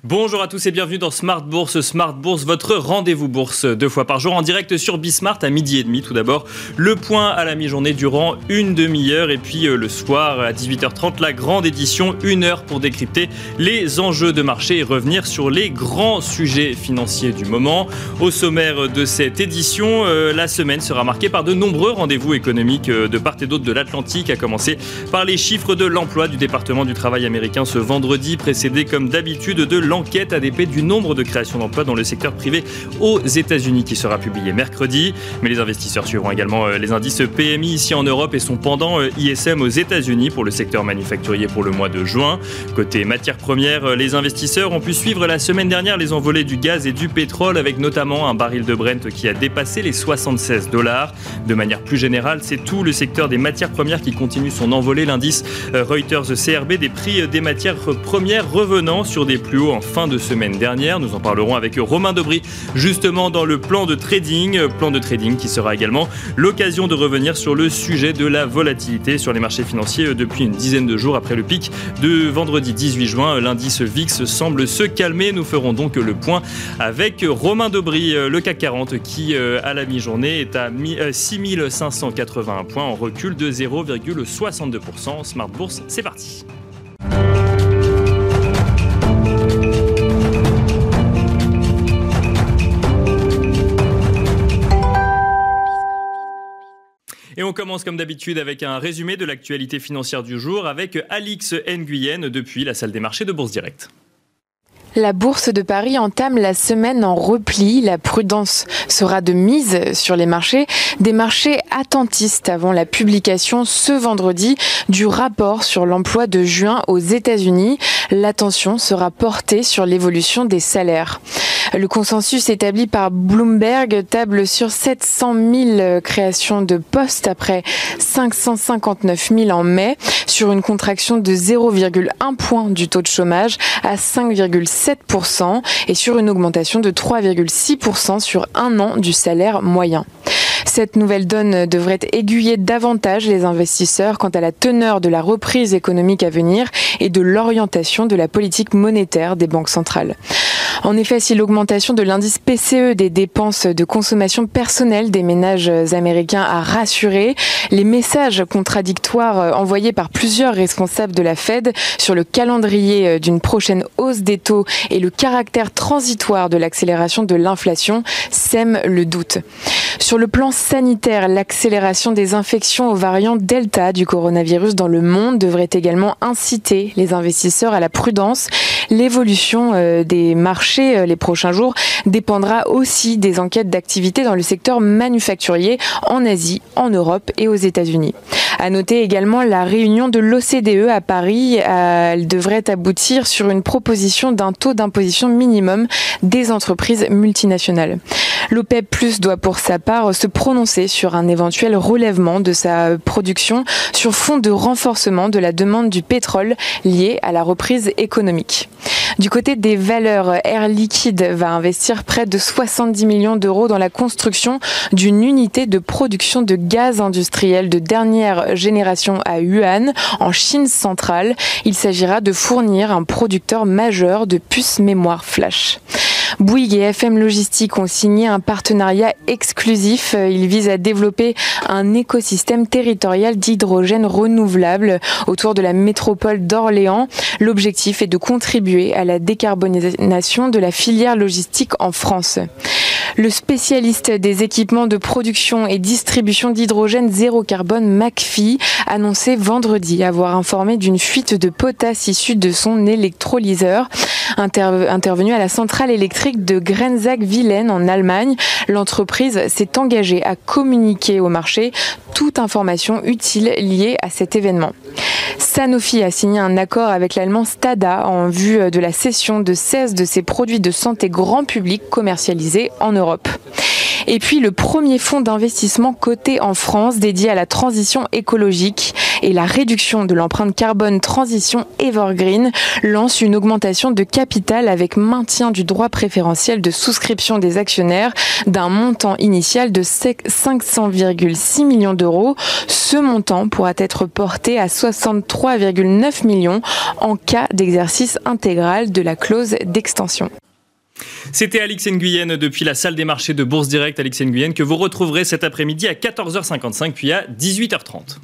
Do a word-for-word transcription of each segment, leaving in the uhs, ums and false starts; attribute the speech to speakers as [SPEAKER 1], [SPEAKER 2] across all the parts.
[SPEAKER 1] Bonjour à tous et bienvenue dans Smart Bourse. Smart Bourse, votre rendez-vous bourse deux fois par jour en direct sur Bismart à midi et demi. Tout d'abord, le point à la mi-journée durant une demi-heure et puis euh, le soir à dix-huit heures trente, la grande édition, une heure pour décrypter les enjeux de marché et revenir sur les grands sujets financiers du moment. Au sommaire de cette édition, euh, la semaine sera marquée par de nombreux rendez-vous économiques euh, de part et d'autre de l'Atlantique, à commencer par les chiffres de l'emploi du département du travail américain ce vendredi, précédé comme d'habitude de l'enquête A D P du nombre de créations d'emplois dans le secteur privé aux États-Unis qui sera publié mercredi. Mais les investisseurs suivront également les indices P M I ici en Europe et son pendant I S M aux États-Unis pour le secteur manufacturier pour le mois de juin. Côté matières premières, les investisseurs ont pu suivre la semaine dernière les envolées du gaz et du pétrole avec notamment un baril de Brent qui a dépassé les soixante-seize dollars. De manière plus générale, c'est tout le secteur des matières premières qui continue son envolée. L'indice Reuters C R B des prix des matières premières revenant sur des plus hauts en fin de semaine dernière. Nous en parlerons avec Romain Dobry justement dans le plan de trading. Plan de trading qui sera également l'occasion de revenir sur le sujet de la volatilité sur les marchés financiers depuis une dizaine de jours après le pic de vendredi dix-huit juin. L'indice V I X semble se calmer. Nous ferons donc le point avec Romain Dobry. Le C A C quarante qui à la mi-journée est à six mille cinq cent quatre-vingt-un points en recul de zéro virgule soixante-deux pour cent. Smart Bourse, c'est parti. Et on commence comme d'habitude avec un résumé de l'actualité financière du jour avec Alix Nguyen depuis la salle des marchés de Bourse Direct.
[SPEAKER 2] La Bourse de Paris entame la semaine en repli. La prudence sera de mise sur les marchés. Des marchés attentistes avant la publication ce vendredi du rapport sur l'emploi de juin aux États-Unis. L'attention sera portée sur l'évolution des salaires. Le consensus établi par Bloomberg table sur sept cent mille créations de postes après cinq cent cinquante-neuf mille en mai, sur une contraction de zéro virgule un point du taux de chômage à cinq virgule sept pour cent et sur une augmentation de trois virgule six pour cent sur un an du salaire moyen. Cette nouvelle donne devrait aiguiller davantage les investisseurs quant à la teneur de la reprise économique à venir et de l'orientation de la politique monétaire des banques centrales. En effet, si l'augmentation de l'indice P C E des dépenses de consommation personnelle des ménages américains a rassuré, les messages contradictoires envoyés par plusieurs responsables de la Fed sur le calendrier d'une prochaine hausse des taux et le caractère transitoire de l'accélération de l'inflation sèment le doute. Sur le plan sanitaire, l'accélération des infections au variant Delta du coronavirus dans le monde devrait également inciter les investisseurs à la prudence. L'évolution des marchés les prochains jours dépendra aussi des enquêtes d'activité dans le secteur manufacturier en Asie, en Europe et aux États-Unis. À noter également la réunion de l'O C D E à Paris. Elle devrait aboutir sur une proposition d'un taux d'imposition minimum des entreprises multinationales. L'OPEP plus doit pour sa part se prononcer sur un éventuel relèvement de sa production sur fond de renforcement de la demande du pétrole liée à la reprise économique. Du côté des valeurs, Air Liquide va investir près de soixante-dix millions d'euros dans la construction d'une unité de production de gaz industriel de dernière génération à Wuhan, en Chine centrale. Il s'agira de fournir un producteur majeur de puces mémoire flash. Bouygues et F M Logistique ont signé un partenariat exclusif. Il vise à développer un écosystème territorial d'hydrogène renouvelable autour de la métropole d'Orléans. L'objectif est de contribuer à la décarbonisation de la filière logistique en France. Le spécialiste des équipements de production et distribution d'hydrogène zéro carbone McPhy annonçait vendredi avoir informé d'une fuite de potasse issue de son électrolyseur. Interve- intervenu à la centrale électrique de Grenzach-Wilhelm en Allemagne, l'entreprise s'est engagée à communiquer au marché toute information utile liée à cet événement. Sanofi a signé un accord avec l'allemand Stada en vue de la cession de seize de ses produits de santé grand public commercialisés en Europe. Et puis le premier fonds d'investissement coté en France dédié à la transition écologique. et la réduction de l'empreinte carbone transition Evergreen lance une augmentation de capital avec maintien du droit préférentiel de souscription des actionnaires d'un montant initial de cinq cents virgule six millions d'euros. Ce montant pourra être porté à soixante-trois virgule neuf millions en cas d'exercice intégral de la clause d'extension.
[SPEAKER 1] C'était Alix Nguyen depuis la salle des marchés de Bourse Direct. Alix Nguyen que vous retrouverez cet après-midi à quatorze heures cinquante-cinq puis à dix-huit heures trente.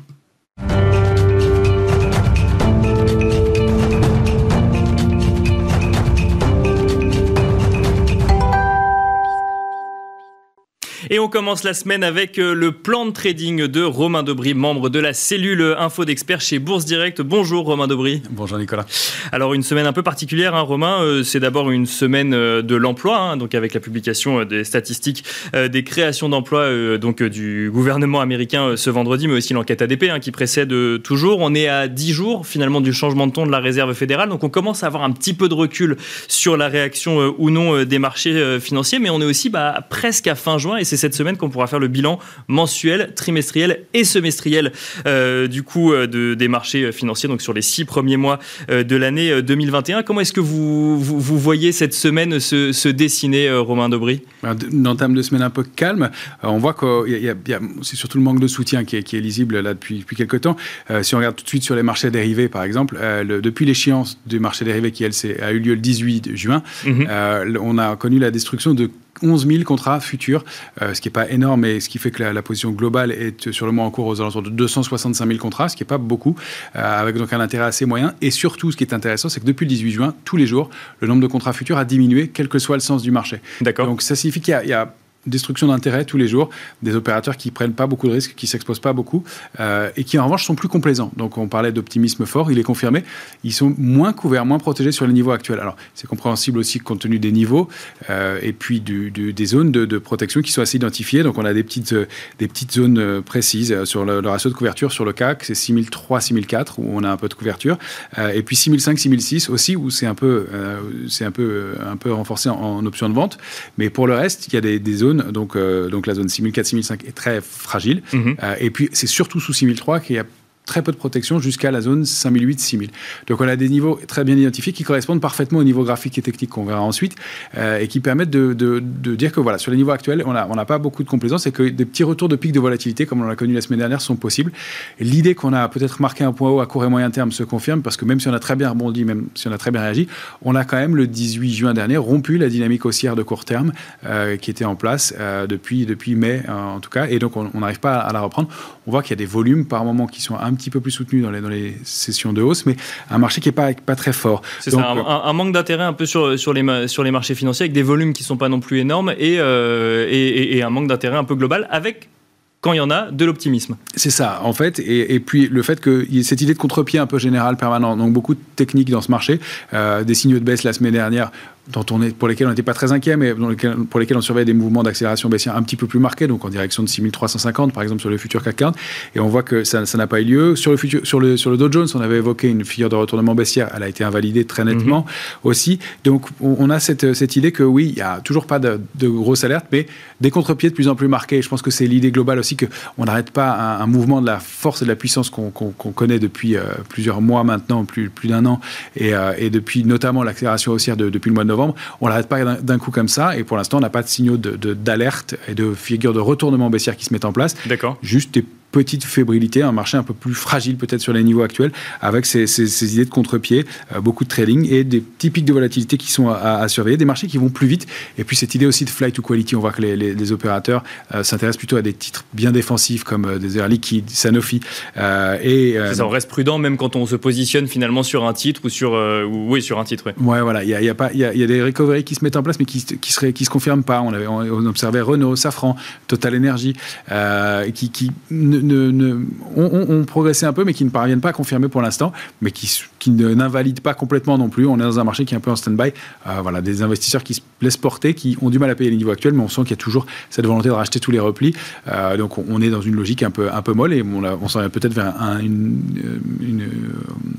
[SPEAKER 1] Et on commence la semaine avec le plan de trading de Romain Dobry, membre de la cellule Info d'Experts chez Bourse Direct. Bonjour Romain Dobry.
[SPEAKER 3] Bonjour Nicolas.
[SPEAKER 1] Alors une semaine un peu particulière, hein, Romain. Euh, c'est d'abord une semaine de l'emploi, hein, donc avec la publication des statistiques euh, des créations d'emplois euh, donc, euh, du gouvernement américain euh, ce vendredi, mais aussi l'enquête A D P hein, qui précède euh, toujours. On est à dix jours finalement du changement de ton de la Réserve fédérale, donc on commence à avoir un petit peu de recul sur la réaction euh, ou non euh, des marchés euh, financiers, mais on est aussi bah, presque à fin juin et c'est cette semaine qu'on pourra faire le bilan mensuel, trimestriel et semestriel euh, du coup euh, de, des marchés financiers, donc sur les six premiers mois euh, de l'année deux mille vingt et un. Comment est-ce que vous, vous, vous voyez cette semaine se, se dessiner, euh, Romain Dobry ?
[SPEAKER 3] En termes de semaine un peu calme, euh, on voit que y a, y a, y a, c'est surtout le manque de soutien qui est, qui est lisible là depuis, depuis quelques temps. Euh, si on regarde tout de suite sur les marchés dérivés, par exemple, euh, le, depuis l'échéance du marché dérivé qui elle, a eu lieu le dix-huit juin, mm-hmm. euh, on a connu la destruction de onze mille contrats futurs, euh, ce qui n'est pas énorme, et ce qui fait que la, la position globale est sur le mois en cours aux alentours de deux cent soixante-cinq mille contrats, ce qui n'est pas beaucoup, euh, avec donc un intérêt assez moyen. Et surtout, ce qui est intéressant, c'est que depuis le dix-huit juin, tous les jours, le nombre de contrats futurs a diminué, quel que soit le sens du marché.
[SPEAKER 1] D'accord.
[SPEAKER 3] Donc ça signifie qu'il y a, il y a destruction d'intérêt tous les jours, des opérateurs qui prennent pas beaucoup de risques, qui s'exposent pas beaucoup euh, et qui en revanche sont plus complaisants. Donc on parlait d'optimisme fort, il est confirmé. Ils sont moins couverts, moins protégés sur les niveaux actuels. Alors c'est compréhensible aussi compte tenu des niveaux euh, et puis du, du, des zones de, de protection qui sont assez identifiées. Donc on a des petites, euh, des petites zones euh, précises euh, sur le, le ratio de couverture sur le C A C, c'est six mille trois, six mille quatre où on a un peu de couverture euh, et puis six mille cinq, six mille six aussi où c'est un peu, euh, c'est un peu, euh, un peu renforcé en, en option de vente. Mais pour le reste, il y a des, des zones. Donc, euh, donc la zone six mille quatre, six mille cinq est très fragile. Mmh. Euh, et puis, c'est surtout sous six mille trois qu'il y a très peu de protection jusqu'à la zone cinq mille huit, six mille. Donc on a des niveaux très bien identifiés qui correspondent parfaitement au niveau graphique et technique qu'on verra ensuite euh, et qui permettent de, de, de dire que voilà, sur les niveaux actuels, on n'a on a pas beaucoup de complaisance et que des petits retours de pic de volatilité, comme on l'a connu la semaine dernière, sont possibles. Et l'idée qu'on a peut-être marqué un point haut à court et moyen terme se confirme parce que même si on a très bien rebondi, même si on a très bien réagi, on a quand même le dix-huit juin dernier rompu la dynamique haussière de court terme euh, qui était en place euh, depuis, depuis mai euh, en tout cas. Et donc on n'arrive pas à la reprendre. On voit qu'il y a des volumes par moment qui sont un petit peu plus soutenus dans les, dans les sessions de hausse, mais un marché qui n'est pas, pas très fort.
[SPEAKER 1] C'est donc, ça, un, un manque d'intérêt un peu sur, sur, les, sur les marchés financiers avec des volumes qui ne sont pas non plus énormes et, euh, et, et, et un manque d'intérêt un peu global avec, quand il y en a, de l'optimisme.
[SPEAKER 3] C'est ça, en fait. Et, et puis, le fait qu'il y ait cette idée de contre-pied un peu générale, permanente, donc beaucoup de techniques dans ce marché, euh, des signaux de baisse la semaine dernière, dont on est, pour lesquels on n'était pas très inquiet, mais dans lesquels, pour lesquels on surveille des mouvements d'accélération baissière un petit peu plus marqués, donc en direction de six mille trois cent cinquante, par exemple, sur le futur C A C quarante. Et on voit que ça, ça n'a pas eu lieu. Sur le, futur, sur, le, sur le Dow Jones, on avait évoqué une figure de retournement baissière. Elle a été invalidée très nettement mmh. aussi. Donc, on, on a cette, cette idée que oui, il n'y a toujours pas de, de grosses alertes, mais des contre-pieds de plus en plus marqués. Et je pense que c'est l'idée globale aussi qu'on n'arrête pas un, un mouvement de la force et de la puissance qu'on, qu'on, qu'on connaît depuis euh, plusieurs mois maintenant, plus, plus d'un an, et, euh, et depuis notamment l'accélération haussière de, depuis le mois de novembre. On n'arrête pas d'un, d'un coup comme ça, et pour l'instant, on n'a pas de signaux de, de, d'alerte et de figures de retournement baissière qui se mettent en place.
[SPEAKER 1] D'accord.
[SPEAKER 3] Juste des petite fébrilité, un marché un peu plus fragile peut-être sur les niveaux actuels, avec ces, ces, ces idées de contre-pied, euh, beaucoup de trading et des petits pics de volatilité qui sont à, à surveiller, des marchés qui vont plus vite, et puis cette idée aussi de flight to quality. On voit que les, les, les opérateurs euh, s'intéressent plutôt à des titres bien défensifs comme euh, des Air Liquide, Sanofi. Euh, et, euh,
[SPEAKER 1] C'est ça, on reste prudent même quand on se positionne finalement sur un titre ou sur, euh, ou, oui, sur un titre. Ouais,
[SPEAKER 3] ouais voilà, il y a, y a pas, il y a, y a des recovery qui se mettent en place mais qui, qui, seraient, qui se confirment pas. On, avait, on observait Renault, Safran, Total Energy, euh, qui, qui ne, ne, ne On, on, on progressait un peu, mais qui ne parviennent pas à confirmer pour l'instant, mais qui, qui ne, n'invalident pas complètement non plus. On est dans un marché qui est un peu en stand-by. Euh, voilà, des investisseurs qui se laissent porter, qui ont du mal à payer les niveaux actuels, mais on sent qu'il y a toujours cette volonté de racheter tous les replis. Euh, donc on, on est dans une logique un peu, un peu molle, et on, on s'en va peut-être vers un, une, une,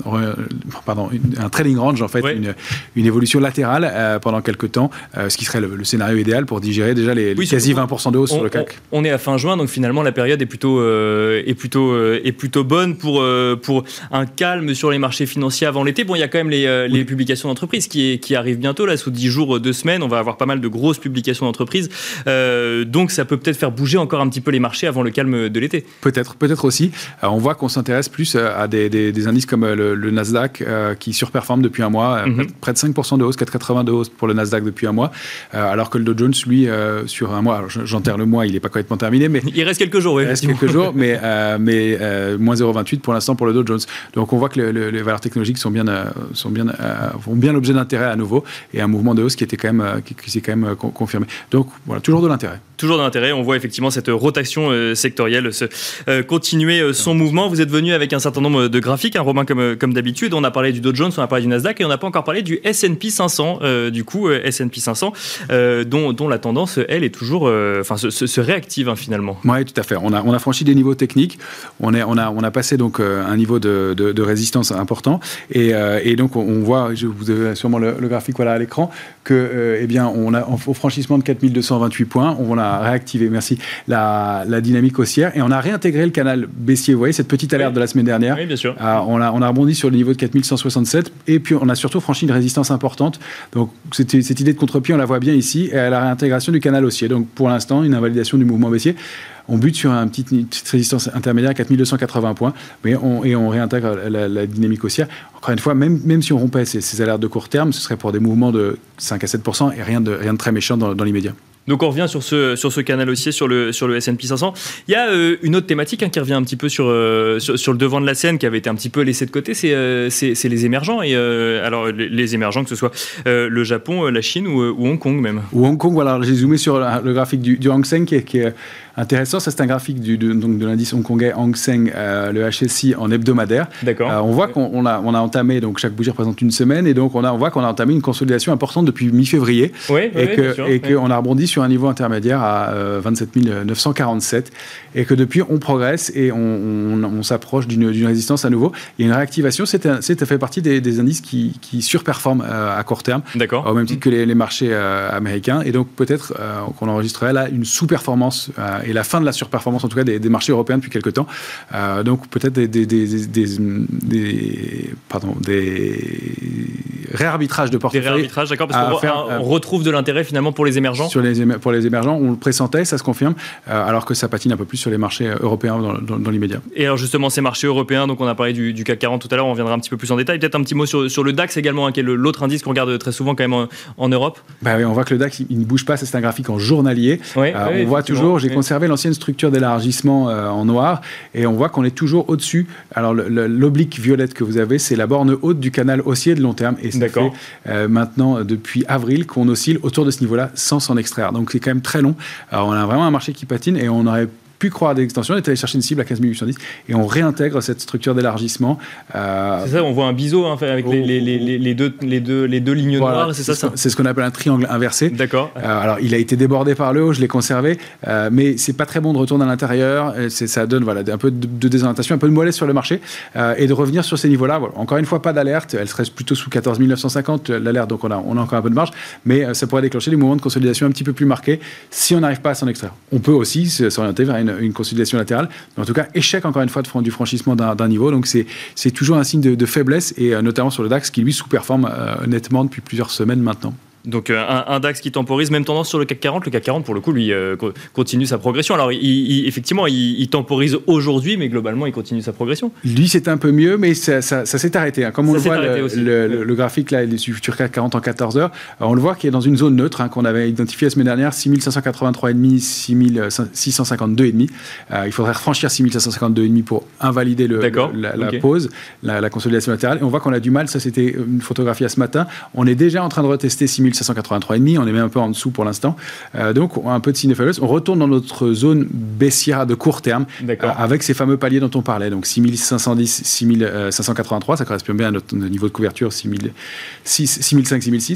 [SPEAKER 3] pardon, une, un trading range, en fait, ouais. une, une évolution latérale euh, pendant quelques temps, euh, ce qui serait le, le scénario idéal pour digérer déjà les, oui, les quasi vingt pour cent de hausse on, sur le C A C.
[SPEAKER 1] On, on est à fin juin, donc finalement la période est plutôt, euh, est plutôt, euh, est plutôt bonne pour, euh, pour un calme sur les marchés financiers avant l'été. Bon, il y a quand même les, euh, oui. les publications d'entreprises qui, qui arrivent bientôt, là, sous dix jours, deux semaines. On va avoir pas mal de grosses publications d'entreprises. Euh, donc ça peut peut-être faire bouger encore un petit peu les marchés avant le calme de l'été.
[SPEAKER 3] Peut-être, peut-être aussi. Alors, on voit qu'on s'intéresse plus à des, des, des indices comme le, le Nasdaq euh, qui surperforme depuis un mois, mm-hmm. près de cinq pour cent de hausse, quatre virgule quatre-vingts de hausse pour le Nasdaq depuis un mois, euh, alors que le Dow Jones, lui, euh, sur un mois, alors j'enterre le mois, il n'est pas complètement terminé, mais
[SPEAKER 1] il reste quelques jours, oui.
[SPEAKER 3] Il reste quelques jours, mais, euh, mais euh, moins zéro virgule vingt-huit pour l'instant pour le Dow Jones. Donc on voit que le, le, les valeurs technologiques sont bien, euh, sont bien, euh, font bien l'objet d'intérêt à nouveau, et un mouvement de hausse qui était quand même, euh, qui, qui s'est quand même euh, confirmé. Donc voilà, toujours de l'intérêt.
[SPEAKER 1] Toujours de l'intérêt. On voit effectivement cette rotation euh, sectorielle se, euh, continuer euh, son mouvement. Vous êtes venu avec un certain nombre de graphiques, hein, Romain, comme, comme d'habitude. On a parlé du Dow Jones, on a parlé du Nasdaq, et on n'a pas encore parlé du S and P cinq cents. Euh, du coup, euh, S and P cinq cents, euh, dont, dont la tendance, elle, est toujours, enfin, euh, se, se, se réactive hein, finalement.
[SPEAKER 3] Oui, tout à fait. On a, on a franchi des niveaux techniques. On, est, on, a, on a passé donc euh, un niveau de, de, de résistance important. Et, euh, et donc, on, on voit, je, vous avez sûrement le, le graphique voilà, à l'écran, que, euh, eh bien, on a, au franchissement de quatre mille deux cent vingt-huit points, on a réactivé, merci, la, la dynamique haussière. Et on a réintégré le canal baissier. Vous voyez, cette petite alerte oui. de la semaine dernière.
[SPEAKER 1] Oui, bien sûr.
[SPEAKER 3] Euh, on, a, on a rebondi sur le niveau de quatre mille cent soixante-sept. Et puis, on a surtout franchi une résistance importante. Donc, cette, cette idée de contre-pied, on la voit bien ici, et à la réintégration du canal haussier. Donc, pour l'instant, une invalidation du mouvement baissier. On bute sur un petit, une petite résistance intermédiaire à quatre mille deux cent quatre-vingts points, mais on, et on réintègre la, la dynamique haussière. Encore une fois, même, même si on rompait ces, ces alertes de court terme, ce serait pour des mouvements de cinq à sept pour cent et rien de, rien de très méchant dans, dans l'immédiat.
[SPEAKER 1] Donc on revient sur ce, sur ce canal haussier, sur le, sur le S and P cinq cents. Il y a euh, une autre thématique hein, qui revient un petit peu sur, euh, sur, sur le devant de la scène, qui avait été un petit peu laissée de côté, c'est, euh, c'est, c'est les émergents. Et, euh, alors les, les émergents, que ce soit euh, le Japon, la Chine ou, ou Hong Kong même.
[SPEAKER 3] Ou Hong Kong, voilà. J'ai zoomé sur le graphique du, du Hang Seng qui est, qui est intéressant. Ça, c'est un graphique du, de, donc de l'indice hongkongais Hang Seng, euh, le H S I en hebdomadaire.
[SPEAKER 1] D'accord.
[SPEAKER 3] Euh, on voit qu'on on a, on a entamé, donc chaque bougie représente une semaine, et donc on, a, on voit qu'on a entamé une consolidation importante depuis mi-février.
[SPEAKER 1] Oui,
[SPEAKER 3] et
[SPEAKER 1] oui,
[SPEAKER 3] que,
[SPEAKER 1] bien sûr,
[SPEAKER 3] et
[SPEAKER 1] oui.
[SPEAKER 3] qu'on a rebondi sur un niveau intermédiaire à euh, vingt-sept mille neuf cent quarante-sept, et que depuis on progresse et on, on, on s'approche d'une, d'une résistance à nouveau. Il y a une réactivation, c'est, un, c'est fait partie des, des indices qui, qui surperforment euh, à court terme,
[SPEAKER 1] D'accord.
[SPEAKER 3] au même titre que les, les marchés euh, américains, et donc peut-être euh, qu'on enregistrerait là une sous-performance euh, et la fin de la surperformance en tout cas des, des marchés européens depuis quelques temps. Euh, donc peut-être des, des, des, des, des, des, pardon, des réarbitrages de portefeuille.
[SPEAKER 1] Des réarbitrages, d'accord, parce qu'on
[SPEAKER 3] faire,
[SPEAKER 1] on retrouve de l'intérêt finalement pour les émergents.
[SPEAKER 3] Sur les, pour les émergents, on le pressentait, ça se confirme, euh, alors que ça patine un peu plus sur les marchés européens dans, dans, dans l'immédiat.
[SPEAKER 1] Et alors justement, ces marchés européens, donc on a parlé du, du C A C quarante tout à l'heure, on reviendra un petit peu plus en détail. Peut-être un petit mot sur, sur le DAX également, hein, qui est le, l'autre indice qu'on regarde très souvent quand même en, en Europe.
[SPEAKER 3] Bah oui, on voit que le DAX, il, il ne bouge pas, ça c'est un graphique en journalier.
[SPEAKER 1] Oui,
[SPEAKER 3] euh,
[SPEAKER 1] oui,
[SPEAKER 3] on voit toujours, j'ai
[SPEAKER 1] oui.
[SPEAKER 3] conservé l'ancienne structure d'élargissement euh, en noir, et on voit qu'on est toujours au-dessus. Alors le, le, l'oblique violette que vous avez, c'est la borne haute du canal haussier de long terme, et ça
[SPEAKER 1] D'accord.
[SPEAKER 3] fait euh, maintenant depuis avril qu'on oscille autour de ce niveau-là sans s'en extraire. Donc c'est quand même très long. Alors on a vraiment un marché qui patine, et on aurait pu croire à des extensions, on est allé chercher une cible à quinze mille huit cent dix et on réintègre cette structure d'élargissement.
[SPEAKER 1] Euh, c'est ça, on voit un biseau hein, avec oh, les, les, les, les, deux, les, deux, les deux lignes
[SPEAKER 3] voilà,
[SPEAKER 1] noires, c'est,
[SPEAKER 3] c'est
[SPEAKER 1] ça, ça
[SPEAKER 3] C'est ce qu'on appelle un triangle inversé.
[SPEAKER 1] D'accord.
[SPEAKER 3] Euh, alors il a été débordé par le haut, je l'ai conservé, euh, mais c'est pas très bon de retourner à l'intérieur, c'est, ça donne voilà, un peu de, de désorientation, un peu de mollesse sur le marché, euh, et de revenir sur ces niveaux-là. Voilà. Encore une fois, pas d'alerte, elle serait plutôt sous quatorze mille neuf cent cinquante, l'alerte, donc on a, on a encore un peu de marge, mais euh, ça pourrait déclencher des mouvements de consolidation un petit peu plus marqués si on n'arrive pas à s'en extraire. On peut aussi s'orienter vers une, une consolidation latérale. Mais en tout cas, échec encore une fois de, du franchissement d'un, d'un niveau. Donc c'est, c'est toujours un signe de, de faiblesse, et euh, notamment sur le DAX qui lui sous-performe euh, nettement depuis plusieurs semaines maintenant.
[SPEAKER 1] Donc un, un DAX qui temporise, même tendance sur le C A C quarante. Le C A C quarante, pour le coup, lui, euh, continue sa progression. Alors, il, il, effectivement, il, il temporise aujourd'hui, mais globalement, il continue sa progression.
[SPEAKER 3] Lui, c'est un peu mieux, mais ça, ça, ça s'est arrêté. Hein. Comme on ça le voit, le, le, le, le graphique là, il est sur C A C quarante en quatorze heures. Alors, on le voit qu'il est dans une zone neutre hein, qu'on avait identifiée la semaine dernière, six mille cinq cent quatre-vingt-trois virgule cinq, six mille six cent cinquante-deux virgule cinq. Euh, il faudrait refranchir six mille cinq cent cinquante-deux virgule cinq pour invalider le, le, la, la okay. pause, la, la consolidation latérale. Et on voit qu'on a du mal. Ça, c'était une photographie à ce matin. On est déjà en train de retester six mille cinq cent quatre-vingt-trois virgule cinq. On est même un peu en dessous pour l'instant. Euh, donc, on a un peu de signe de faiblesse. On retourne dans notre zone baissière de court terme euh, avec ces fameux paliers dont on parlait. Donc, six mille cinq cent dix, six mille cinq cent quatre-vingt-trois, ça correspond bien à notre niveau de couverture, six mille cinq, six mille six.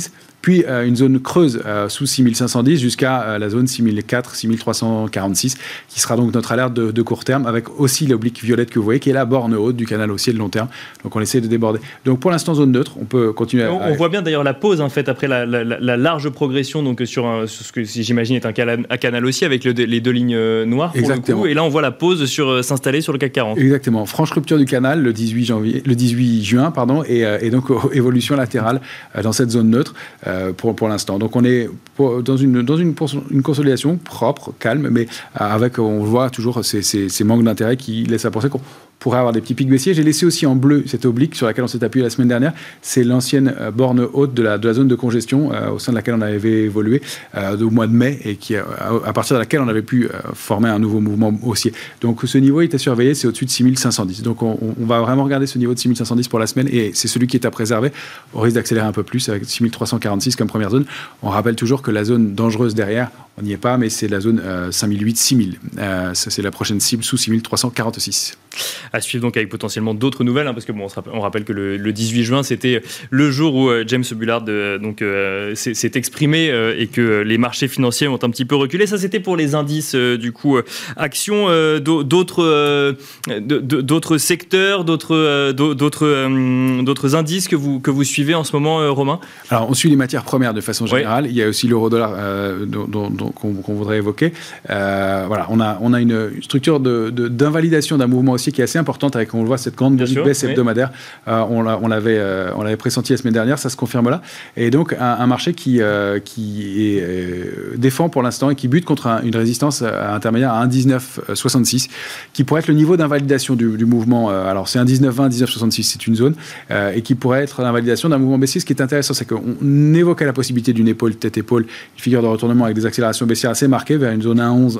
[SPEAKER 3] puis euh, une zone creuse euh, sous six mille cinq cent dix jusqu'à euh, la zone six mille quatre, six mille trois cent quarante-six, qui sera donc notre alerte de, de court terme, avec aussi l'oblique violette que vous voyez, qui est la borne haute du canal haussier de long terme. Donc on essaie de déborder. Donc pour l'instant, zone neutre, on peut continuer à...
[SPEAKER 1] On, on voit bien d'ailleurs la pause en fait, après la, la, la large progression donc, sur, un, sur ce que si j'imagine est un canal, un canal haussier avec le, les deux lignes noires pour
[SPEAKER 3] Exactement.
[SPEAKER 1] le coup. Et là, on voit la pause sur, euh, s'installer sur le C A C quarante.
[SPEAKER 3] Exactement. Franche rupture du canal le dix-huit janvier, le dix-huit juin, pardon, et, euh, et donc euh, évolution latérale euh, dans cette zone neutre euh, pour, pour l'instant. Donc on est pour, dans, une, dans une, une consolidation propre, calme, mais euh, avec, on voit toujours ces, ces, ces manques d'intérêt qui laissent à penser qu'on pourrait avoir des petits pics baissiers. J'ai laissé aussi en bleu cette oblique sur laquelle on s'est appuyé la semaine dernière. C'est l'ancienne euh, borne haute de la, de la zone de congestion euh, au sein de laquelle on avait évolué euh, au mois de mai et qui, euh, à partir de laquelle on avait pu euh, former un nouveau mouvement haussier. Donc ce niveau est à surveiller, c'est au-dessus de six mille cinq cent dix. Donc on, on va vraiment regarder ce niveau de six mille cinq cent dix pour la semaine et c'est celui qui est à préserver. On risque d'accélérer un peu plus avec six mille trois cent quarante-six comme première zone. On rappelle toujours que la zone dangereuse derrière, on n'y est pas, mais c'est la zone euh, cinq mille huit six mille. Euh, ça, c'est la prochaine cible sous six mille trois cent quarante-six.
[SPEAKER 1] À suivre donc avec potentiellement d'autres nouvelles, hein, parce que bon, on, se rappelle, on rappelle que le, le dix-huit juin, c'était le jour où euh, James Bullard euh, donc, euh, s'est, s'est exprimé euh, et que les marchés financiers ont un petit peu reculé. Ça, c'était pour les indices, euh, du coup, euh, actions, euh, d'autres, euh, d'autres secteurs, d'autres, euh, d'autres, euh, d'autres indices que vous, que vous suivez en ce moment, euh, Romain ?
[SPEAKER 3] Alors, on suit les matières premières de façon générale. Ouais. Il y a aussi l'euro-dollar euh, dont, dont, dont, qu'on, qu'on voudrait évoquer. Euh, voilà, on a, on a une structure de, de, d'invalidation d'un mouvement aussi qui est assez importante, avec, on le voit, cette grande baisse oui. hebdomadaire. Euh, on, l'a, on, l'avait, euh, on l'avait pressenti la semaine dernière, ça se confirme là. Et donc, un, un marché qui, euh, qui est, euh, défend pour l'instant et qui bute contre un, une résistance intermédiaire à un virgule dix-neuf soixante-six, qui pourrait être le niveau d'invalidation du, du mouvement. Euh, alors, c'est un dix-neuf vingt, dix-neuf soixante-six, c'est une zone, euh, et qui pourrait être l'invalidation d'un mouvement baissier. Ce qui est intéressant, c'est qu'on évoquait la possibilité d'une épaule, tête-épaule, une figure de retournement avec des accélérations baissières assez marquées vers une zone un onze,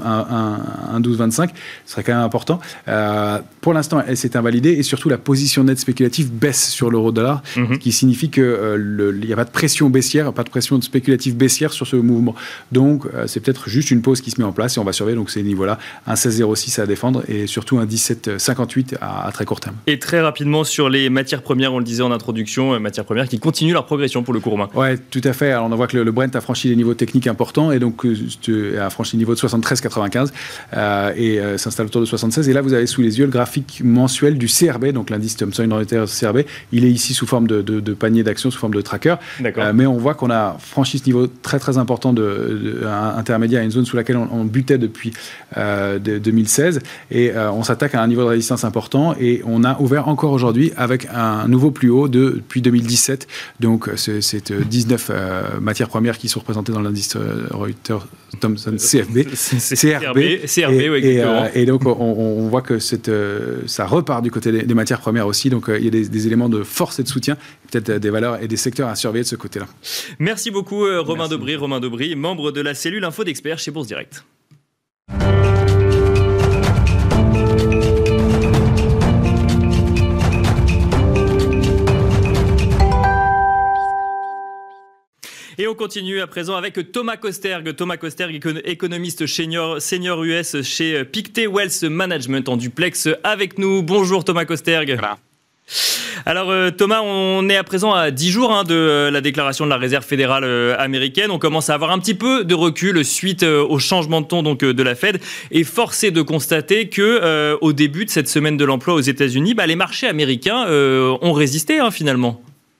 [SPEAKER 3] un douze vingt-cinq. Ce serait quand même important. Euh, pour l'instant, elle s'est invalidée et surtout la position nette spéculative baisse sur l'euro-dollar, mm-hmm. ce qui signifie qu'il euh, n'y a pas de pression baissière, pas de pression spéculative baissière sur ce mouvement. Donc, euh, c'est peut-être juste une pause qui se met en place et on va surveiller donc ces niveaux-là, un seize zéro six à défendre et surtout un dix-sept cinquante-huit à, à très court terme.
[SPEAKER 1] Et très rapidement sur les matières premières, on le disait en introduction, matières premières qui continuent leur progression pour le court Romain.
[SPEAKER 3] Oui, tout à fait. Alors, on voit que le, le Brent a franchi les niveaux techniques importants et donc euh, a franchi le niveau de soixante-treize quatre-vingt-quinze euh, et euh, s'installe autour de soixante-seize. Et là, vous avez sous les yeux le graphique mensuel du C R B, donc l'indice Thomson Reuters C R B. Il est ici sous forme de, de, de panier d'actions, sous forme de tracker. Euh, mais on voit qu'on a franchi ce niveau très très important de, de, de intermédiaire à une zone sous laquelle on, on butait depuis euh, de, deux mille seize et euh, on s'attaque à un niveau de résistance important et on a ouvert encore aujourd'hui avec un nouveau plus haut de, depuis deux mille dix-sept. Donc c'est, c'est dix-neuf euh, matières premières qui sont représentées dans l'indice Reuters Thomson C F B.
[SPEAKER 1] C R B, C R B,
[SPEAKER 3] et,
[SPEAKER 1] oui,
[SPEAKER 3] et, euh, et donc on, on voit que cette, euh, ça repart du côté des, des matières premières aussi. Donc euh, il y a des, des éléments de force et de soutien, peut-être des valeurs et des secteurs à surveiller de ce côté-là.
[SPEAKER 1] Merci beaucoup euh, Romain Merci. Daubry, Romain Daubry, membre de la cellule Info d'Experts chez Bourse Direct. Et on continue à présent avec Thomas Kosterg. Thomas Kosterg, économiste senior, senior U S chez Pictet Wealth Management en duplex avec nous. Bonjour Thomas Kosterg.
[SPEAKER 4] Voilà.
[SPEAKER 1] Alors euh, Thomas, on est à présent à dix jours hein, de euh, la déclaration de la Réserve fédérale euh, américaine. On commence à avoir un petit peu de recul suite euh, au changement de ton donc, euh, de la Fed. Et force est de constater que euh, au début de cette semaine de l'emploi aux États-Unis, bah, les marchés américains euh, ont résisté hein, finalement.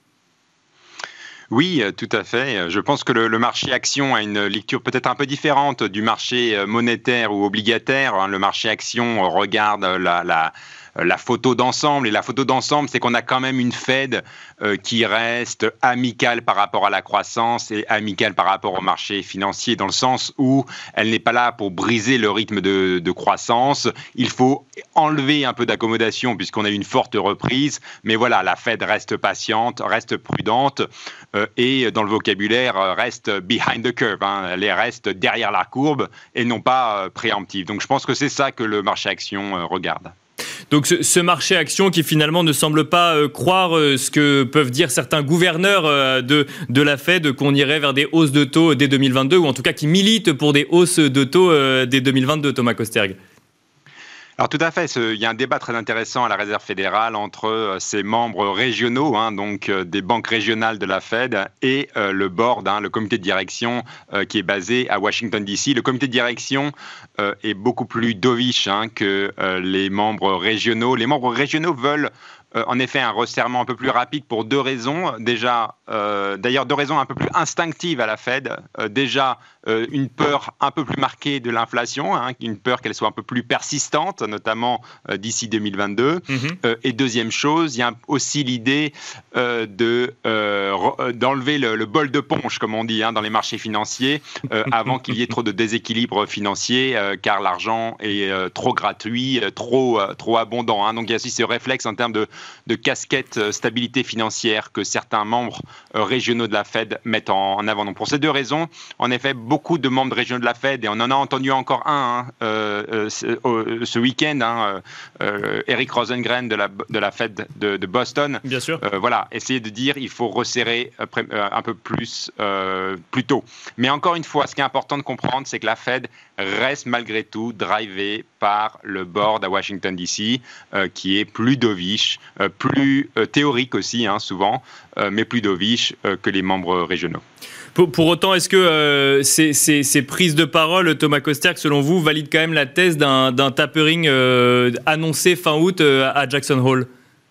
[SPEAKER 4] Oui, tout à fait. Je pense que le, le marché action a une lecture peut-être un peu différente du marché monétaire ou obligataire. Le marché action regarde la... la la photo d'ensemble. Et la photo d'ensemble, c'est qu'on a quand même une Fed euh, qui reste amicale par rapport à la croissance et amicale par rapport au marché financier, dans le sens où elle n'est pas là pour briser le rythme de, de croissance. Il faut enlever un peu d'accommodation puisqu'on a eu une forte reprise. Mais voilà, la Fed reste patiente, reste prudente euh, et dans le vocabulaire, reste behind the curve. Hein. Elle reste derrière la courbe et non pas euh, préemptive. Donc je pense que c'est ça que le marché action euh, regarde.
[SPEAKER 1] Donc ce, ce marché action qui finalement ne semble pas euh, croire euh, ce que peuvent dire certains gouverneurs euh, de, de la Fed, qu'on irait vers des hausses de taux dès deux mille vingt-deux, ou en tout cas qui militent pour des hausses de taux euh, dès deux mille vingt-deux, Thomas Kosterg.
[SPEAKER 4] Alors tout à fait, ce, il y a un débat très intéressant à la Réserve fédérale entre euh, ses membres régionaux, hein, donc euh, des banques régionales de la Fed, et euh, le board, hein, le comité de direction euh, qui est basé à Washington D C. Le comité de direction euh, est beaucoup plus dovish hein, que euh, les membres régionaux. Les membres régionaux veulent Euh, en effet, un resserrement un peu plus rapide pour deux raisons. Déjà, euh, d'ailleurs, deux raisons un peu plus instinctives à la Fed. Euh, déjà, euh, une peur un peu plus marquée de l'inflation, hein, une peur qu'elle soit un peu plus persistante, notamment euh, d'ici deux mille vingt-deux. Mm-hmm. Euh, et deuxième chose, il y a aussi l'idée euh, de, euh, d'enlever le, le bol de ponche, comme on dit, hein, dans les marchés financiers, euh, avant qu'il y ait trop de déséquilibre financier, euh, car l'argent est euh, trop gratuit, euh, trop, euh, trop abondant. Hein. Donc, il y a aussi ce réflexe en termes de de casquette euh, stabilité financière que certains membres euh, régionaux de la Fed mettent en, en avant. Donc pour ces deux raisons, en effet, beaucoup de membres régionaux de la Fed, et on en a entendu encore un hein, euh, euh, ce, euh, ce week-end, hein, euh, Eric Rosengren de la, de la Fed de, de Boston.
[SPEAKER 1] Bien sûr.
[SPEAKER 4] Euh, voilà, essayer de dire il faut resserrer euh, un peu plus euh, plus tôt. Mais encore une fois, ce qui est important de comprendre, c'est que la Fed reste malgré tout drivée par le board à Washington D C, euh, qui est plus dovish, euh, plus euh, théorique aussi, hein, souvent, euh, mais plus dovish euh, que les membres régionaux.
[SPEAKER 1] Pour, pour autant, est-ce que euh, ces, ces, ces prises de parole, Thomas Kosterk, selon vous, valident quand même la thèse d'un, d'un tapering euh, annoncé fin août euh, à Jackson Hole ?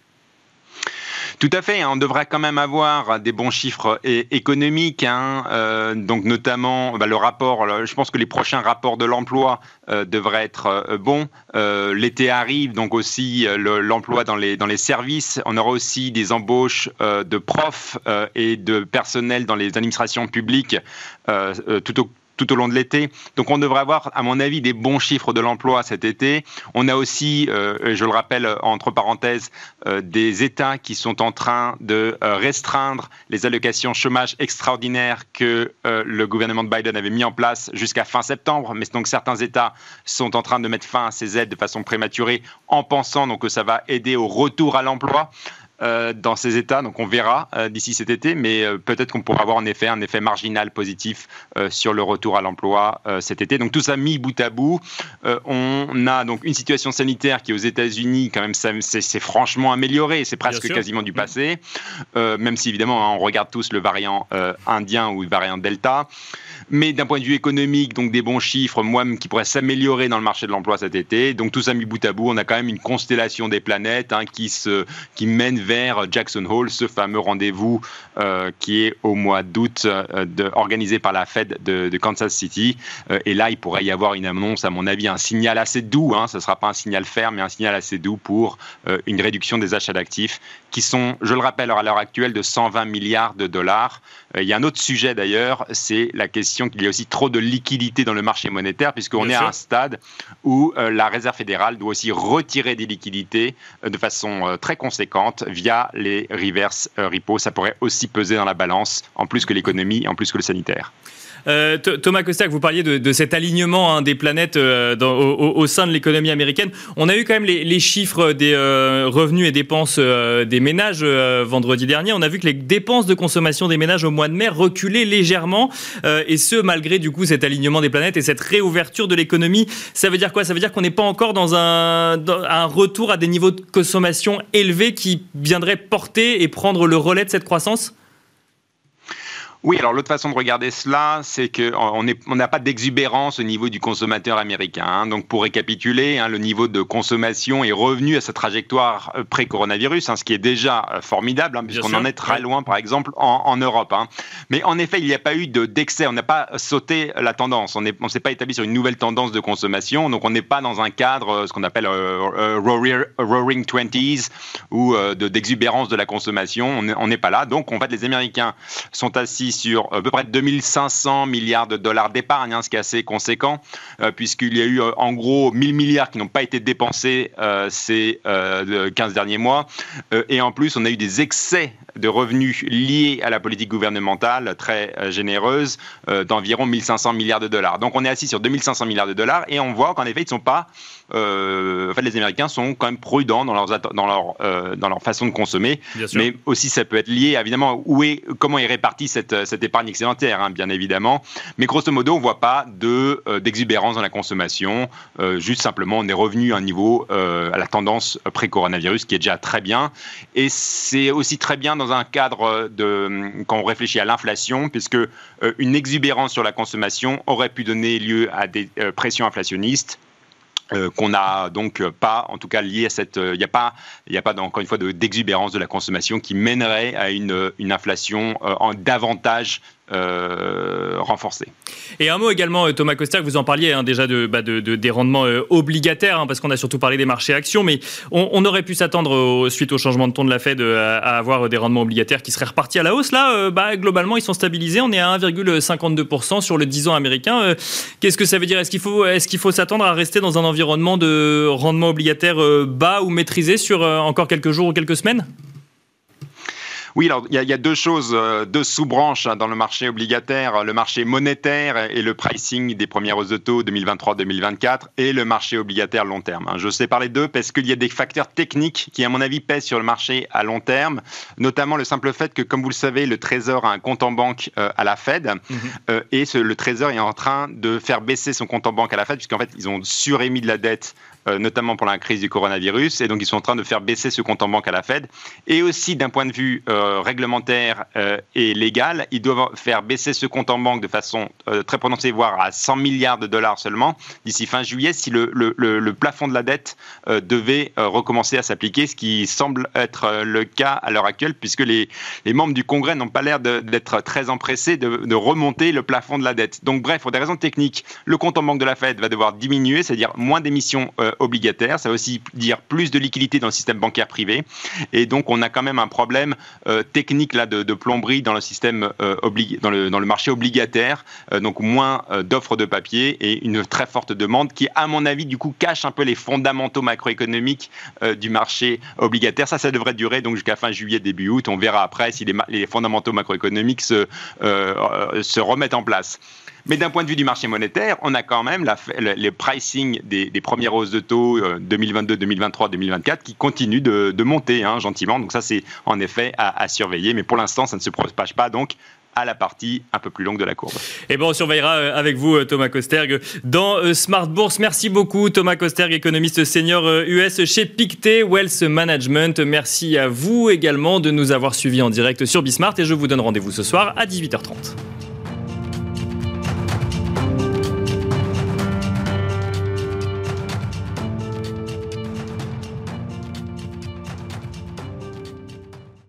[SPEAKER 4] Tout à fait, on devrait quand même avoir des bons chiffres économiques, hein, euh, donc notamment bah, le rapport, je pense que les prochains rapports de l'emploi euh, devraient être euh, bons. Euh, l'été arrive, donc aussi euh, le, l'emploi dans les, dans les services. On aura aussi des embauches euh, de profs euh, et de personnel dans les administrations publiques euh, euh, tout au tout au long de l'été. Donc on devrait avoir, à mon avis, des bons chiffres de l'emploi cet été. On a aussi, euh, je le rappelle entre parenthèses, euh, des États qui sont en train de euh, restreindre les allocations chômage extraordinaires que euh, le gouvernement de Biden avait mis en place jusqu'à fin septembre. Mais donc certains États sont en train de mettre fin à ces aides de façon prématurée en pensant donc, que ça va aider au retour à l'emploi. Euh, dans ces États, donc on verra euh, d'ici cet été, mais euh, peut-être qu'on pourra avoir en effet un effet marginal positif euh, sur le retour à l'emploi euh, cet été. Donc tout ça mis bout à bout, euh, on a donc une situation sanitaire qui aux États-Unis quand même ça, c'est, c'est franchement amélioré, c'est presque quasiment du passé, euh, même si évidemment hein, on regarde tous le variant euh, indien ou le variant Delta. Mais d'un point de vue économique, donc des bons chiffres, moi, qui pourraient s'améliorer dans le marché de l'emploi cet été. Donc tout ça mis bout à bout, on a quand même une constellation des planètes hein, qui, se, qui mène vers Jackson Hole, ce fameux rendez-vous euh, qui est au mois d'août, euh, de, organisé par la Fed de, de Kansas City. Euh, et là, il pourrait y avoir une annonce, à mon avis, un signal assez doux. Hein, ce ne sera pas un signal ferme, mais un signal assez doux pour euh, une réduction des achats d'actifs qui sont, je le rappelle, à l'heure actuelle de cent vingt milliards de dollars. Euh, il y a un autre sujet d'ailleurs, c'est la question qu'il y a aussi trop de liquidités dans le marché monétaire, puisqu'on est à un stade où euh, la Réserve fédérale doit aussi retirer des liquidités euh, de façon euh, très conséquente via les reverse euh, repos. Ça pourrait aussi peser dans la balance, en plus que l'économie, en plus que le sanitaire.
[SPEAKER 1] Euh, Thomas Kosterk, vous parliez de, de cet alignement hein, des planètes euh, dans, au, au sein de l'économie américaine. On a eu quand même les, les chiffres des euh, revenus et dépenses euh, des ménages euh, vendredi dernier. On a vu que les dépenses de consommation des ménages au mois de mai reculaient légèrement, euh, et ce malgré du coup cet alignement des planètes et cette réouverture de l'économie. Ça veut dire quoi ? Ça veut dire qu'on n'est pas encore dans un, dans un retour à des niveaux de consommation élevés qui viendraient porter et prendre le relais de cette croissance ?
[SPEAKER 4] Oui, alors l'autre façon de regarder cela, c'est qu'on n'a on pas d'exubérance au niveau du consommateur américain. Hein. Donc pour récapituler, hein, le niveau de consommation est revenu à sa trajectoire pré-coronavirus, hein, ce qui est déjà formidable, hein, puisqu'on en est très loin, par exemple, en, en Europe. Hein. Mais en effet, il n'y a pas eu de, d'excès, on n'a pas sauté la tendance, on ne s'est pas établi sur une nouvelle tendance de consommation, donc on n'est pas dans un cadre, ce qu'on appelle euh, euh, roaring twenties, ou euh, de, d'exubérance de la consommation, on n'est pas là. Donc en fait, les Américains sont assis sur à peu près deux mille cinq cents milliards de dollars d'épargne, hein, ce qui est assez conséquent, euh, puisqu'il y a eu euh, en gros mille milliards qui n'ont pas été dépensés euh, ces euh, quinze derniers mois. Euh, et en plus, on a eu des excès de revenus liés à la politique gouvernementale très euh, généreuse euh, d'environ mille cinq cents milliards de dollars. Donc on est assis sur deux mille cinq cents milliards de dollars et on voit qu'en effet, ils ne sont pas euh, en fait, les Américains sont quand même prudents dans, leurs, dans, leur, euh, dans leur façon de consommer. Mais aussi, ça peut être lié, évidemment, où est, comment est répartie cette, cette épargne excédentaire, hein, bien évidemment. Mais grosso modo, on ne voit pas de, euh, d'exubérance dans la consommation. Euh, juste simplement, on est revenu à un niveau, euh, à la tendance pré-coronavirus, qui est déjà très bien. Et c'est aussi très bien dans un cadre de, quand on réfléchit à l'inflation, puisque euh, une exubérance sur la consommation aurait pu donner lieu à des euh, pressions inflationnistes. Euh, qu'on n'a donc pas, en tout cas lié à cette, il euh, n'y a pas, il n'y a pas encore une fois de, d'exubérance de la consommation qui mènerait à une, une inflation euh, en davantage Euh, renforcée.
[SPEAKER 1] Et un mot également, Thomas Koster, vous en parliez hein, déjà de, bah de, de, des rendements euh, obligataires, hein, parce qu'on a surtout parlé des marchés actions, mais on, on aurait pu s'attendre, au, suite au changement de ton de la Fed, à, à avoir des rendements obligataires qui seraient repartis à la hausse. Là, euh, bah, globalement, ils sont stabilisés. On est à un virgule cinquante-deux pour cent sur le dix ans américain. Euh, qu'est-ce que ça veut dire ? Est-ce qu'il faut, est-ce qu'il faut s'attendre à rester dans un environnement de rendement obligataire euh, bas ou maîtrisé sur euh, encore quelques jours ou quelques semaines ?
[SPEAKER 4] Oui, alors il y, y a deux choses, deux sous-branches dans le marché obligataire, le marché monétaire et le pricing des premières hausses de taux deux mille vingt-trois deux mille vingt-quatre et le marché obligataire long terme. Je sais parler d'eux parce qu'il y a des facteurs techniques qui, à mon avis, pèsent sur le marché à long terme, notamment le simple fait que, comme vous le savez, le Trésor a un compte en banque à la Fed mmh. euh, et ce, le Trésor est en train de faire baisser son compte en banque à la Fed puisqu'en fait, ils ont surémis de la dette Euh, notamment pour la crise du coronavirus, et donc ils sont en train de faire baisser ce compte en banque à la Fed. Et aussi d'un point de vue euh, réglementaire euh, et légal, ils doivent faire baisser ce compte en banque de façon euh, très prononcée, voire à cent milliards de dollars seulement, d'ici fin juillet, si le, le, le, le plafond de la dette euh, devait euh, recommencer à s'appliquer, ce qui semble être euh, le cas à l'heure actuelle, puisque les, les membres du Congrès n'ont pas l'air de, d'être très empressés de, de remonter le plafond de la dette. Donc bref, pour des raisons techniques, le compte en banque de la Fed va devoir diminuer, c'est-à-dire moins d'émissions euh, obligataire, ça veut aussi dire plus de liquidité dans le système bancaire privé, et donc on a quand même un problème euh, technique là de, de plomberie dans le système euh, obli- dans, le, dans le marché obligataire, euh, donc moins euh, d'offres de papier et une très forte demande qui, à mon avis, du coup cache un peu les fondamentaux macroéconomiques euh, du marché obligataire. Ça, ça devrait durer donc jusqu'à fin juillet, début août. On verra après si les, ma- les fondamentaux macroéconomiques se, euh, euh, se remettent en place. Mais d'un point de vue du marché monétaire, on a quand même la, le, le pricing des, des premières hausses de taux euh, deux mille vingt-deux, deux mille vingt-trois, deux mille vingt-quatre qui continuent de, de monter hein, gentiment. Donc ça, c'est en effet à, à surveiller. Mais pour l'instant, ça ne se propage pas donc à la partie un peu plus longue de la courbe.
[SPEAKER 1] Et bon, on surveillera avec vous, Thomas Kosterg, dans Smart Bourse. Merci beaucoup, Thomas Kosterg, économiste senior U S chez Pictet Wealth Management. Merci à vous également de nous avoir suivis en direct sur Bismart et je vous donne rendez-vous ce soir à dix-huit heures trente.